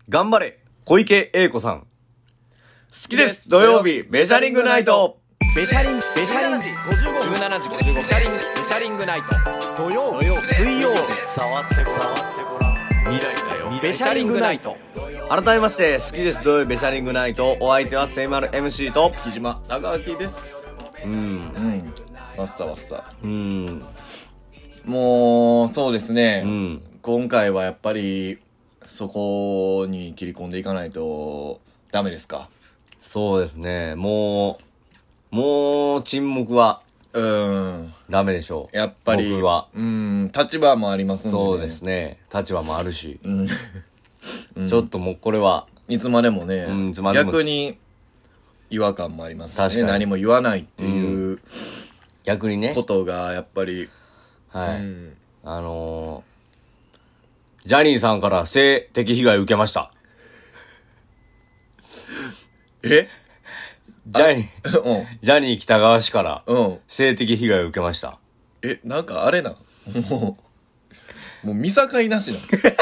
頑張れ小池栄子さん。好きです土曜日ベシャリングナイト。 ベシャリン17時55ベシャリングナイト土曜水曜触ってごらん。未来だよ。 ベシャリングナイト。 改めまして好きです土曜日ベシャリングナイト。お相手はセイマル MC と木島長明です。わっさわっさ。もうそうですね、今回はやっぱりそこに切り込んでいかないとダメですか。 そうですね。もう沈黙はダメでしょう。 やっぱり僕は立場もありますんで、ね、 そうですね。立場もあるし、ちょっともうこれはいつまでもね、 いつまでも逆に違和感もありますしね。 確かに何も言わないっていう、 逆にねことがやっぱりはい、ジャニーさんから性的被害を受けました。 えジャニー喜多川氏から性的被害を受けました。 なんかあれな。もう見境なしな。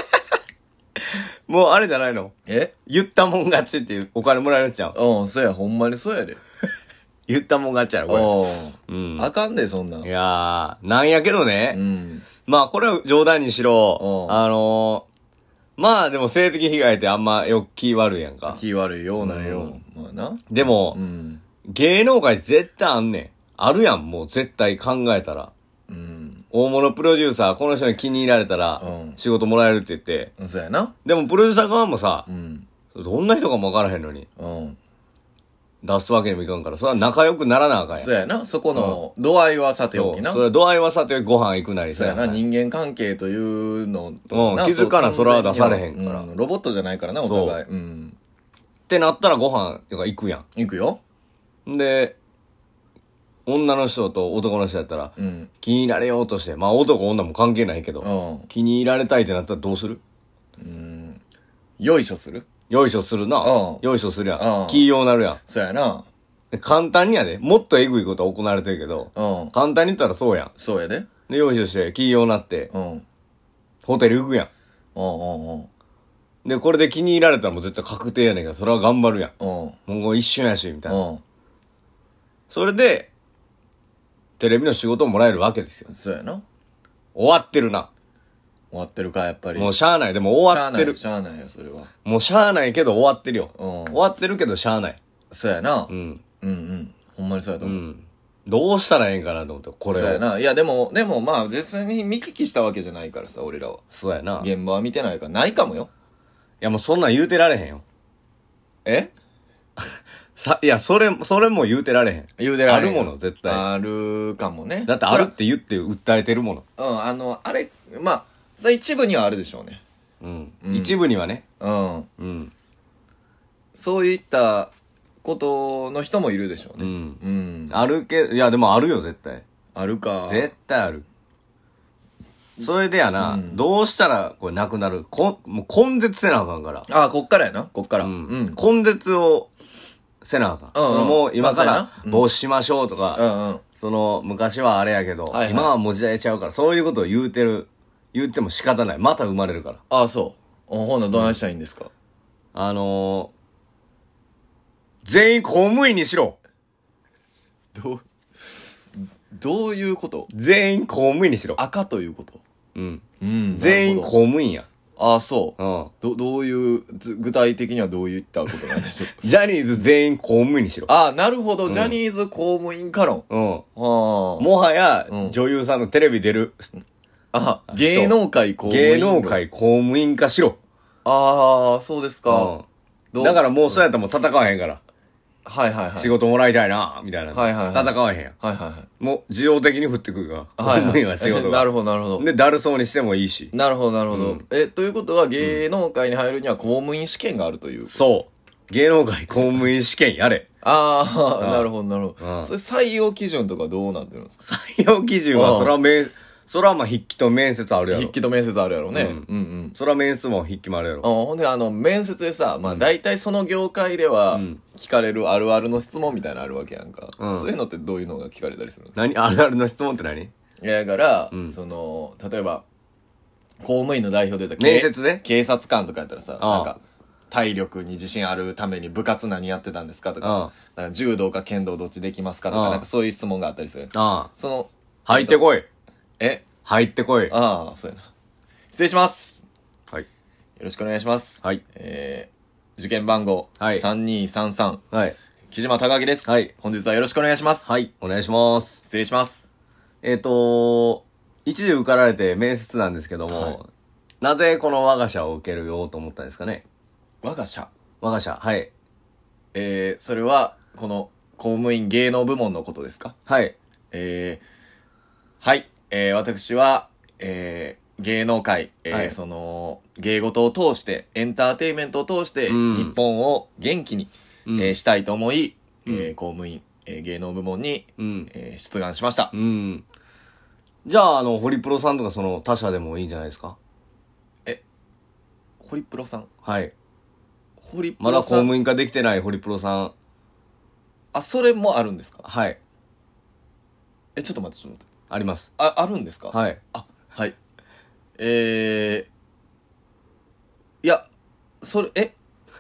もうあれじゃないの？言ったもん勝ちっていうお金もらえるっちゃう。 そうや、ほんまにそうやで。 言ったもん勝ちやろ、これ。あかんで、そんなん。 いやー、なんやけどね。まあ、これは冗談にしろ、まあでも性的被害ってあんまよく気悪いやんか。 気悪いようなよ。まあな。 でも、芸能界絶対あんねん。あるやん、もう絶対考えたら。大物プロデューサー、この人に気に入られたら、仕事もらえるって言って。 そうやな。 でもプロデューサー側もさ、どんな人かもわからへんのに。出すわけにもいかんから、それは仲良くならなあかんやん。 そうやな。そこの度合いはさておきな。 それは度合いはさておきご飯行くなりさ。そうやな。人間関係というのと気づかなそれは出されへんから。 ロボットじゃないからな、お互い。 ってなったらご飯行くやん。 行くよ。 で、女の人と男の人やったら、気に入られようとして、まあ男女も関係ないけど、気に入られたいってなったらどうする？ よいしょする？ よいしょするな。よいしょするやん。気ようなるやん。 そうやな。 簡単にやで。もっとエグいことは行われてるけど、簡単に言ったらそうやん。 そうやで。 で、よいしょして、気ようなって、ホテル行くやん。で、これで気に入られたらもう絶対確定やねんから、それは頑張るやん。もう一瞬やし、みたいな。それで、テレビの仕事をもらえるわけですよ。 そうやな。 終わってるな。 終わってるか、やっぱり。 もうしゃあない。でも終わってる。 しゃあないよ、それは。 もうしゃあないけど終わってるよ。終わってるけどしゃあない。 そうやな。ほんまにそうやと思う。 どうしたらええんかなと思って、これを。 そうやな。いや、でもまあ、別に見聞きしたわけじゃないからさ、俺らは。 そうやな。 現場は見てないから、ないかもよ。 いや、もうそんなん言うてられへんよ。いや、それも言うてられへん。 言うてられへん。 あるもの、絶対。 あるかもね。 だってあるって言って訴えてるもの。あれ、まあ、それ一部にはあるでしょうね。 一部にはね。 そういったことの人もいるでしょうね。 あるけど、いや、でもあるよ、絶対。 あるか。 絶対ある。それでやな、どうしたらこれなくなる？もう根絶せなあかんから。 こっからやな、こっから。 根絶をせなあかん。もう今から防止しましょうとか、昔はあれやけど、今はもう時代ちゃうから、そういうことを言っても仕方ない。また生まれるから。 そう。ほな、どないしたらいいんですか？ 全員公務員にしろ。 どういうこと？ 全員公務員にしろ。 赤ということ？ 全員公務員や。 そう。どういう、具体的にはどういったことなんでしょう？ ジャニーズ全員公務員にしろ。 なるほど。ジャニーズ公務員か論。 もはや、女優さんのテレビ出る。 芸能界公務員。 芸能界公務員化しろ。 そうですか。 だからもうそうやったらもう戦わへんから。 はい。 仕事もらいたいな、みたいな。戦わへんやん。もう、需要的に降ってくるから。公務員は仕事が。 なるほど。 で、だるそうにしてもいいし。 なるほど。ということは、芸能界に入るには公務員試験があるという。 そう。芸能界公務員試験やれ。 なるほど。それ採用基準とかどうなってるんですか？ 採用基準は、それはまあ筆記と面接あるやろ。 筆記と面接あるやろね。 それは面接も筆記もあるやろ。 ほんで面接でさ、まあ大体その業界では聞かれるあるあるの質問みたいなのあるわけやんか。そういうのってどういうのが聞かれたりするの？ 何？あるあるの質問って何？ だから、例えば、公務員の代表で面接で警察官とかやったらさ、なんか、 体力に自信あるために部活何やってたんですかとか、なんか柔道か剣道どっちできますかとか、なんかそういう質問があったりする。その、 入ってこい。 入ってこい。 そうやな。失礼します。 はい。 よろしくお願いします。 はい。 受験番号、3233。 はい。 木島隆明です。 はい。 本日はよろしくお願いします。 はい。お願いします。 失礼します。 一時受かられて面接なんですけども、なぜこの我が社を受けるようと思ったんですかね？ 我が社。 はい。 それは、この、公務員芸能部門のことですか？ はい。 はい。私は、芸能界、その、芸事を通して、エンターテインメントを通して、日本を元気に、したいと思い、公務員、芸能部門に、出願しました。 じゃあ、ホリプロさんとかその他社でもいいんじゃないですか？ ホリプロさん？ はい。 ホリプロさん。 まだ公務員化できてないホリプロさん。 あ、それもあるんですか？ はい。 ちょっと待って。 あります。 あるんですか？ はい。 はい。いや、それ、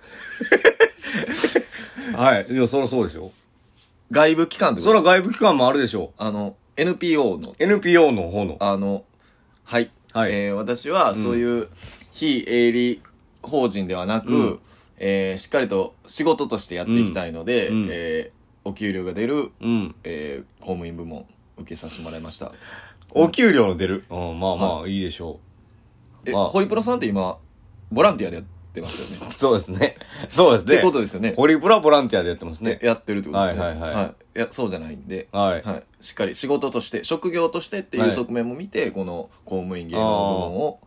はい。いや、そりゃそうですよ。 外部機関ってこと？ そりゃ外部機関もあるでしょう。NPO の。 NPO の方の。 はい。はい。私は、そういう、非営利法人ではなく、しっかりと仕事としてやっていきたいので、お給料が出る、公務員部門、受けさせてもらいました。 お給料の出る？まあまあ、いいでしょう。ホリプロさんって今、ボランティアでやってますよね。 そうですね。そうですね。 ってことですよね。 ホリプロはボランティアでやってますね。 やってるってことですね。 はい。 いや、そうじゃないんで、 はい。 しっかり仕事として、職業としてっていう側面も見て、この公務員芸能部門を、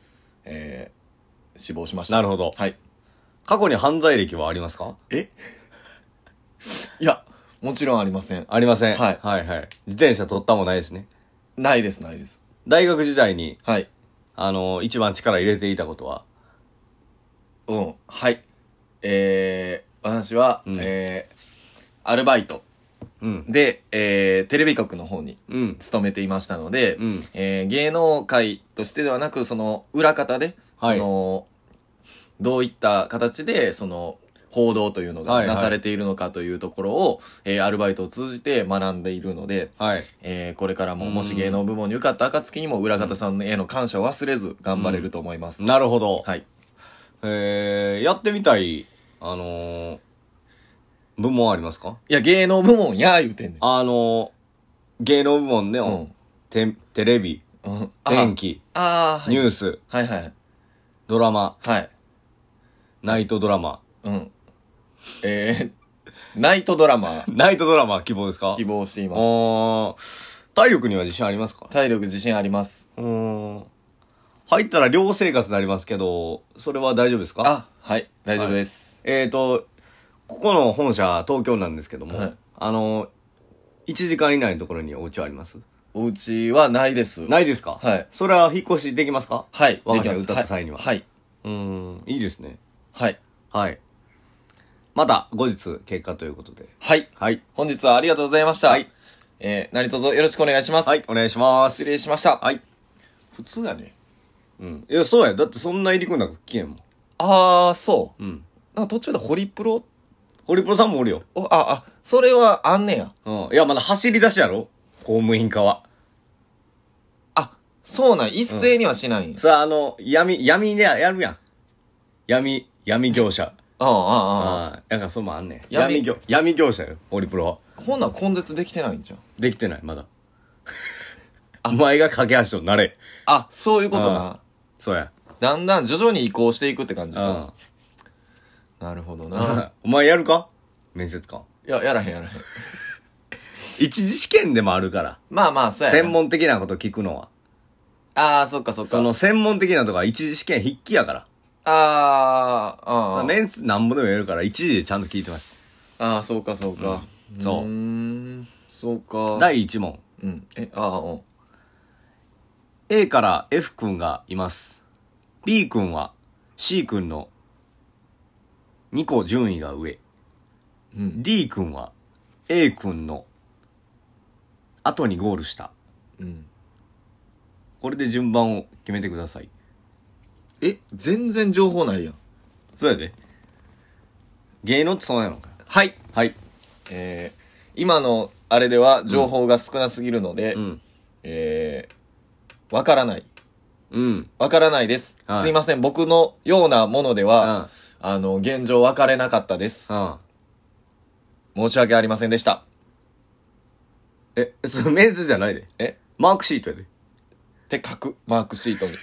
志望しました。 なるほど。 はい。 過去に犯罪歴はありますか？ いや、もちろんありません。 ありません。 はい。 自転車取ったもないですね。 ないです。 大学時代に、 はい。 一番力入れていたことは？ はい。私は、アルバイトで、テレビ局の方に勤めていましたので、芸能界としてではなく、その裏方で、どういった形で、その、報道というのがなされているのかというところを、アルバイトを通じて学んでいるので、これからももし芸能部門に受かった暁にも裏方さんへの感謝を忘れず頑張れると思います。 なるほど。 はい。 やってみたい、部門ありますか？ いや、芸能部門や言うてんねん。 芸能部門で、テレビ、天気、ニュース、ドラマ、ナイトドラマ。 ナイトドラマ。 ナイトドラマ希望ですか？ 希望しています。 体力には自信ありますか？ 体力自信あります。 入ったら寮生活になりますけど、それは大丈夫ですか？ はい、大丈夫です。 ここの本社、東京なんですけども、1時間以内のところにお家はあります？ お家はないです。 ないですか？はい。それは引っ越しできますか？ はい。 我が社に歌った際には。 はい。 いいですね。 はい。 はい。また、後日、結果ということで。 はい。 はい。 本日はありがとうございました。はい。何卒よろしくお願いします。 はい、お願いします。 失礼しました。 はい。 普通やね。 いや、そうや。だってそんな入り組んだか聞けんもん。 そう。なんか途中でホリプロさんもおるよ。 それはあんねや。 いや、まだ走り出しやろ？公務員化は。 そうなん、一斉にはしないんや。 それは闇でやるやん。闇業者。だからそうもあんねん。闇業者よ、ホリプロは。 ほんなら根絶できてないんじゃん。 できてない、まだ。お前が架け橋となれ。 そういうことな。 そうや。 だんだん徐々に移行していくって感じか。なるほどな。 お前やるか？面接官。 いや、やらへん。 一次試験でもあるから。 まあ、そうや。 専門的なこと聞くのは。 そっか。 その専門的なとか一次試験筆記やから。面接なんぼでも言えるから一次でちゃんと聞いてます。 そうか。そう。そうか。 第1問。A から F 君がいます。B 君は C 君の2個順位が上。D 君は A 君の後にゴールした。これで順番を決めてください。 全然情報ないやん。 そうやで。 芸能ってそうなのか。 はい。 はい。 今のあれでは情報が少なすぎるので、わからない。わからないです。すいません。僕のようなものでは、現状分かれなかったです。申し訳ありませんでした。 それメンズじゃないで。マークシートやで。 って書く。マークシートに。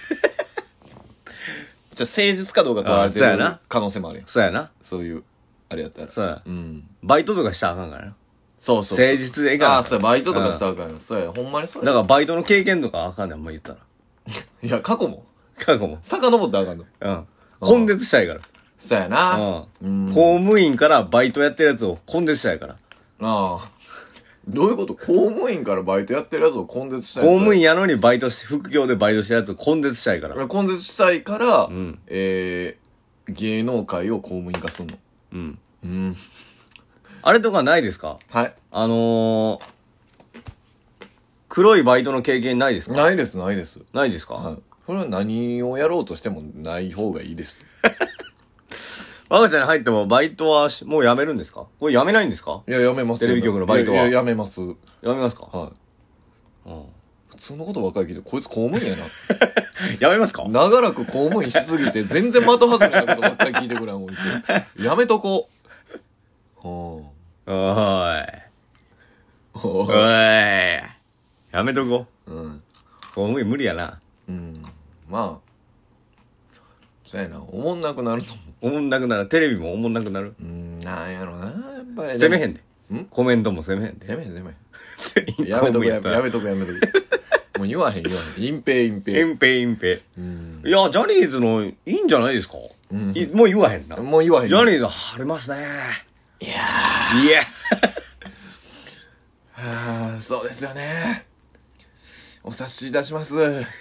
じゃあ誠実かどうか問われてる可能性もあるやん。 そうやな。 そういう、あれやったら。 そうや。バイトとかしたらあかんからな。 そうそう。 誠実でいいから。 そうや、バイトとかしたらあかんやん。そうや、ほんまにそうや。 だからバイトの経験とかあかんねん、あんま言ったら。 いや、過去も。 遡ってあかんの。 根絶したいから。 そうやな。 公務員からバイトやってるやつを根絶したいから。 どういうこと？公務員からバイトやってるやつを根絶したい。 公務員やのにバイトして、副業でバイトしてるやつを根絶したいから。 根絶したいから、芸能界を公務員化すんの。 あれとかないですか？ はい。 黒いバイトの経験ないですか？ ないです。 ないですか？ はい。これは何をやろうとしてもない方がいいです。 我がちゃんに入ってもバイトはもう辞めるんですか？これ辞めないんですか？ いや、辞めますよ。 テレビ局のバイトは。 いや、辞めます。辞めますか？ はい。普通のことばっかり聞いて、こいつ公務員やな。 辞めますか？ 長らく公務員しすぎて、全然的外れなことばっかり聞いてくれん、こいつ。やめとこう。 おい。やめとこう。公務員無理やな。 まあ。そうやな。おもんなくなると思う。 おもんなくなる。テレビもおもんなくなる。 なんやろな。やっぱり。 攻めへんで。コメントも攻めへんで。 攻めへん。やめとく。もう言わへん。隠蔽。 いや、ジャニーズのいいんじゃないですか？もう言わへんな。 もう言わへん。 ジャニーズ晴れますね。 いやそうですよね。お察し出します。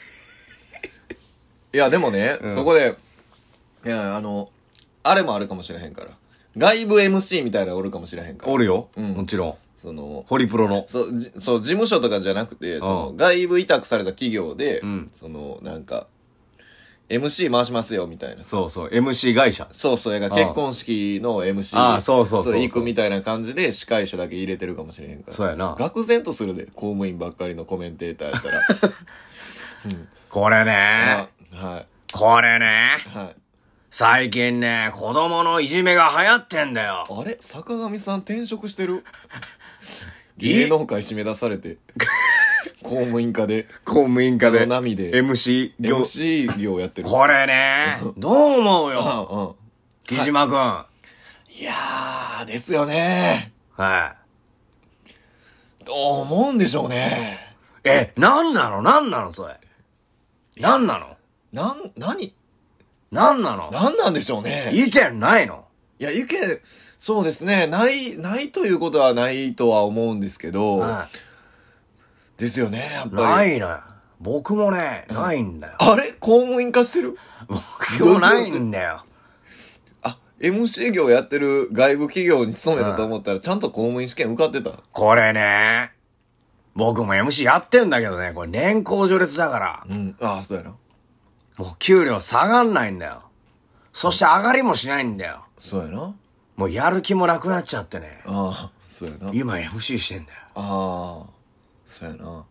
いや、でもね、そこで、いや、あれもあるかもしれへんから。外部 MC みたいなのおるかもしれへんから。 おるよ。もちろん。ホリプロの。 そう、事務所とかじゃなくて、外部委託された企業で、なんか、MC 回しますよ、みたいな。 そう、MC 会社。 そう、結婚式の MC。 そう。 行くみたいな感じで司会者だけ入れてるかもしれへんから。 そうやな。 愕然とするで、公務員ばっかりのコメンテーターやったら。 これね。 はい。 これね。 はい。 最近ね、子供のいじめが流行ってんだよ。 あれ坂上さん転職してる？芸能界締め出されて。公務員化で。 波で。 MC 業やってる。 これね、どう思うよ。木島くん。 いやー、ですよね。 はい。 どう思うんでしょうね。 なんなのそれ。なんなの？ 何なんなの？ なんなんでしょうね。 意見ないの？ いや、意見、そうですね。ないということはないとは思うんですけど、ですよね、やっぱり。 ないのよ。僕もね、ないんだよ。 あれ公務員化してる？ 僕もないんだよ。 MC 業やってる外部企業に勤めたと思ったら、ちゃんと公務員試験受かってた。 これね、僕も MC やってんだけどね、これ年功序列だから。 そうやな。 もう給料下がんないんだよ。そして上がりもしないんだよ。 そうやな。 もうやる気もなくなっちゃってね。 そうやな。 今 MC してんだよ。 そうやな。